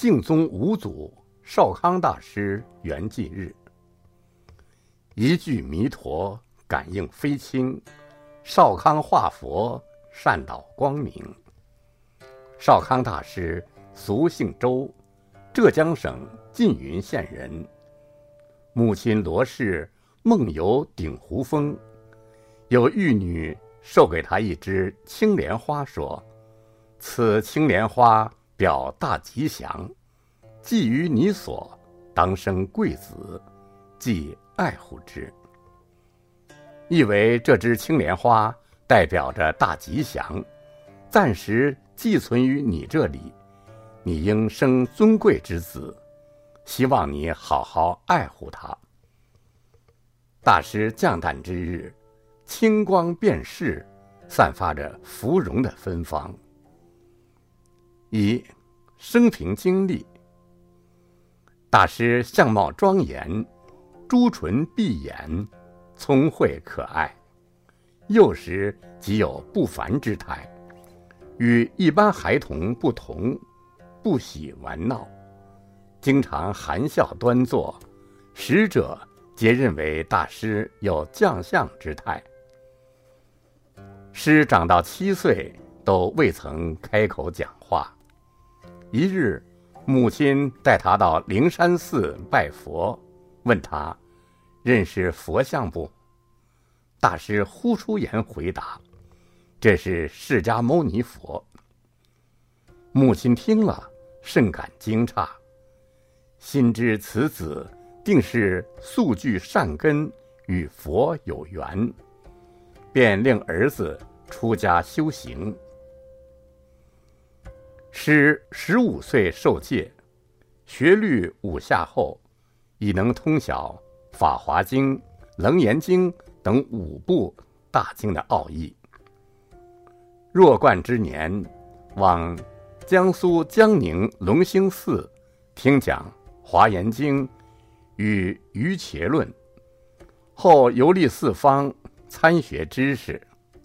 净宗五祖少康大师圆寂日。一句弥陀感应飞卿，少康化佛善导光明。少康大师俗姓周，浙江省缙云县人。母亲罗氏梦游鼎湖峰，有玉女授给他一枝青莲花，说：“此青莲花表大吉祥，寄于你所，当生贵子，即爱护之。”意为这枝青莲花代表着大吉祥，暂时寄存于你这里，你应生尊贵之子，希望你好好爱护它。大师降诞之日，清光遍世，散发着芙蓉的芬芳。一、生平经历。大师相貌庄严，朱唇碧眼，聪慧可爱，幼时即有不凡之态，与一般孩童不同，不喜玩闹，经常含笑端坐，使者皆认为大师有将相之态。师长到7岁都未曾开口讲话。一日，母亲带他到灵山寺拜佛，问他认识佛像不？大师呼出言回答：“这是释迦牟尼佛。”母亲听了，甚感惊诧，心知此子定是素具善根，与佛有缘，便令儿子出家修行。师15岁受戒，学律5下后，已能通晓《法华经》《楞严经》等5部大经的奥义。弱冠之年，往江苏江宁隆兴寺听讲《华严经》与《瑜伽论》，后游历四方，参学知识。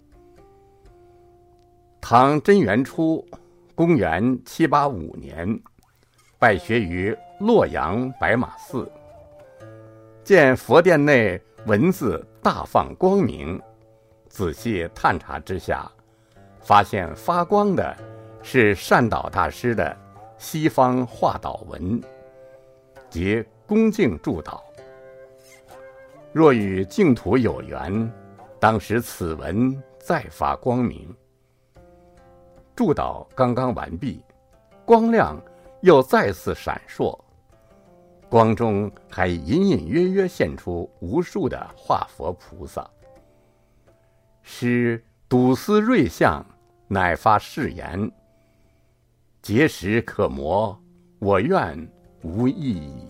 唐贞元初，公元785年，拜学于洛阳白马寺，见佛殿内文字大放光明，仔细探查之下，发现发光的是善导大师的西方化导文，即恭敬祝祷。若与净土有缘，当使此文再发光明。祝祷刚刚完毕，光亮又再次闪烁，光中还隐隐约约现出无数的化佛菩萨。师睹思瑞相，乃发誓言：“结石可磨，我愿无异矣。”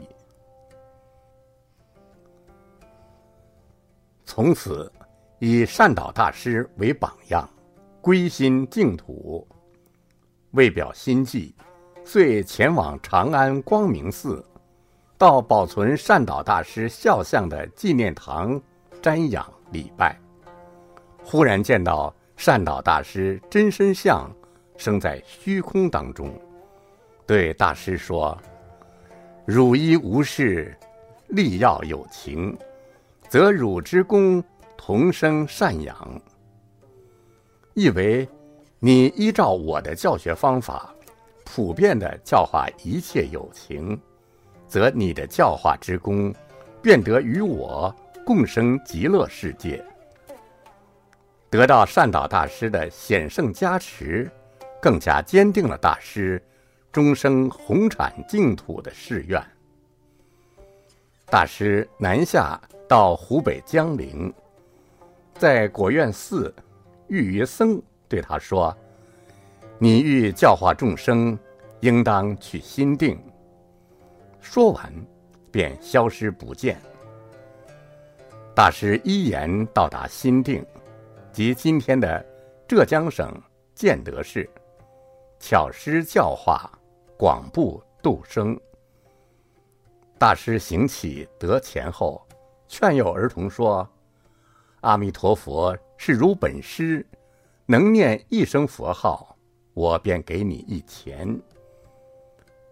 从此以善导大师为榜样，归心净土。为表心迹，遂前往长安光明寺，到保存善导大师肖像的纪念堂瞻仰礼拜。忽然见到善导大师真身像生在虚空当中，对大师说：“汝亦无事，力要有情，则汝之功同生赡养。”意为你依照我的教学方法，普遍地教化一切有情，则你的教化之功，便得与我共生极乐世界。得到善导大师的显圣加持，更加坚定了大师终生弘阐净土的誓愿。大师南下到湖北江陵，在果院寺遇于僧，对他说：“你欲教化众生，应当去心定。”说完，便消失不见。大师依言到达心定，即今天的浙江省建德市，巧施教化，广布度生。大师行乞得钱后，劝诱儿童说：“阿弥陀佛是如本师，能念一声佛号，我便给你1钱。”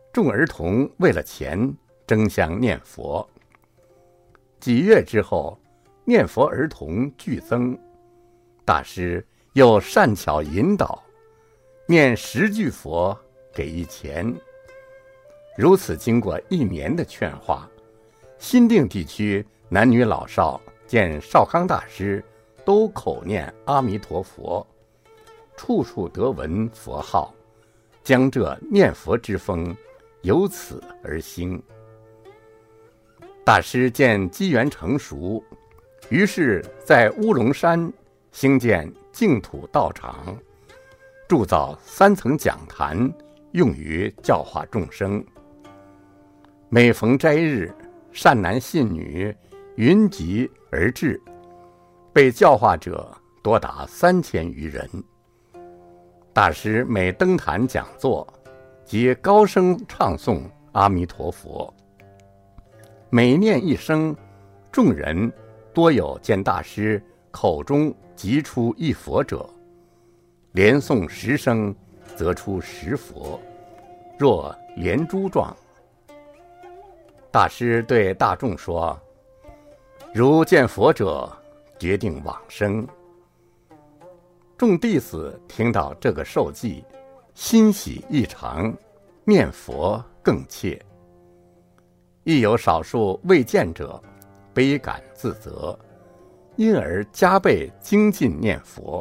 众儿童为了钱争相念佛。几月之后，念佛儿童剧增，大师又善巧引导，念10句佛给1钱。如此经过1年的劝化，新定地区男女老少见少康大师都口念阿弥陀佛，处处得闻佛号，将这念佛之风由此而兴。大师见机缘成熟，于是在乌龙山兴建净土道场，铸造3层讲坛，用于教化众生。每逢斋日，善男信女云集而至，被教化者多达3000余人。大师每登坛讲座，即高声唱诵阿弥陀佛，每念一声，众人多有见大师口中即出1佛者，连诵10声，则出10佛，若连珠状。大师对大众说：如见佛者，决定往生。众弟子听到这个授记，欣喜异常，念佛更切。亦有少数未见者，悲感自责，因而加倍精进念佛。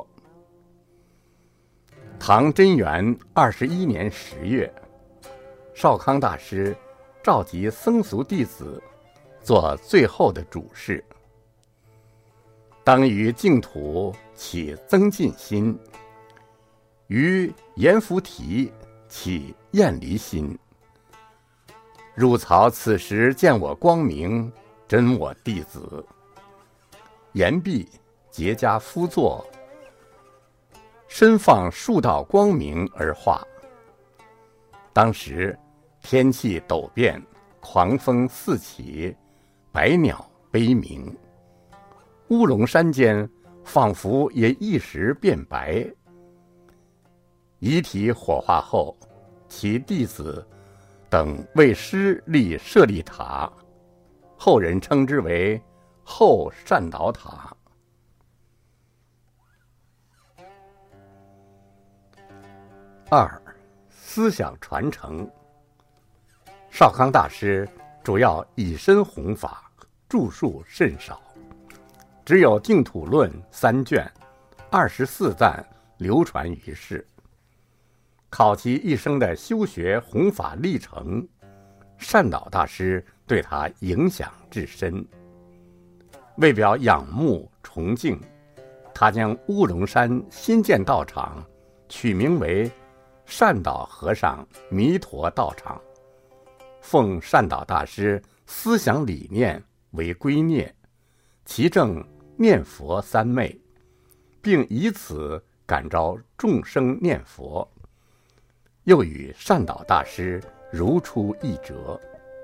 唐贞元21年10月，少康大师召集僧俗弟子做最后的主事，当于净土起增进心，于阎浮提起厌离心。入曹此时见我光明，真我弟子。言毕，结跏趺坐，身放数道光明而化。当时天气陡变，狂风四起，百鸟悲鸣，乌龙山间仿佛也一时变白。遗体火化后，其弟子等为师立舍利塔，后人称之为后善导塔。2、思想传承。少康大师主要以身弘法，著述甚少，只有《净土论》3卷、24赞流传于世。考其一生的修学弘法历程，善导大师对他影响至深。为表仰慕崇敬，他将乌龙山新建道场取名为善导和尚弥陀道场，奉善导大师思想理念为圭臬，其正念佛3昧，并以此感召众生念佛，又与善导大师如出一辙。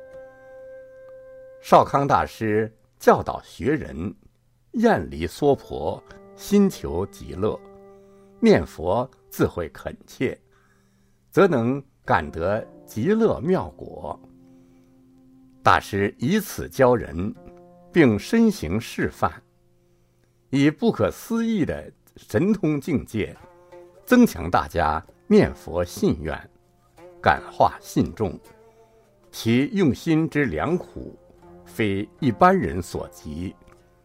少康大师教导学人厌离娑婆，心求极乐，念佛自会恳切，则能感得极乐妙果。大师以此教人，并身行示范，以不可思议的神通境界，增强大家念佛信愿，感化信众。其用心之良苦，非一般人所及。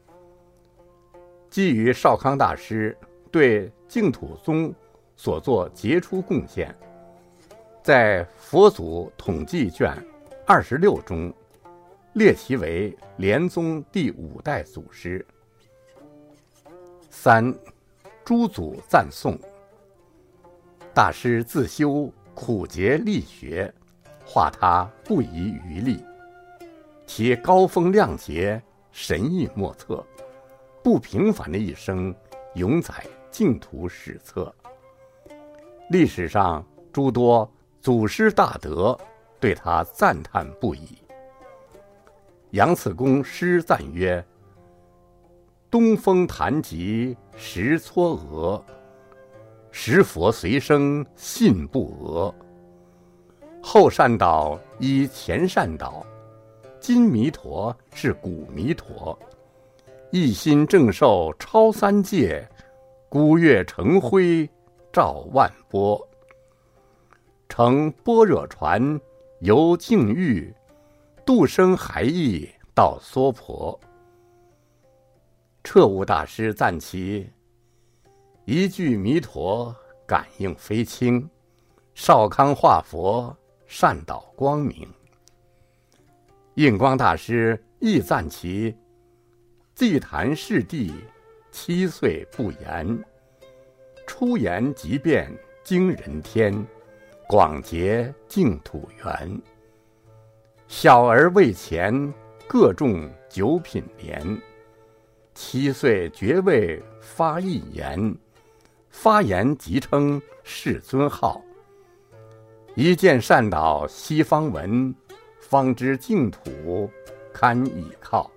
基于少康大师对净土宗所作杰出贡献，在佛祖统计卷26中列其为莲宗第5代祖师。3、诸祖赞颂。大师自修苦节力学，化他不遗余力，其高风亮节，神异莫测，不平凡的一生永载净土史册。历史上诸多祖师大德对他赞叹不已。杨次公诗赞曰：东风弹疾时嵯峨，时佛随声信不讹。 后善导依前善导，今弥陀是古弥陀，一心正受超三界，孤月成辉照万波。乘般若船游净域，度生孩意到娑婆。彻悟大师赞其一句弥陀感应非轻，少康化佛善导光明。印光大师亦赞其祭坛示地7岁不言，出言即变惊人天，广结净土缘。小儿为前各中9品莲，7岁觉位发一言，发言即称世尊号。一见善导西方文，方知净土堪倚靠。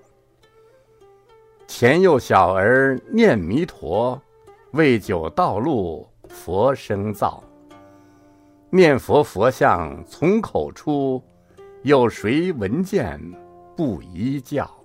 前幼小儿念弥陀，未久道路佛生造。念佛佛像从口出，有谁闻见不依教？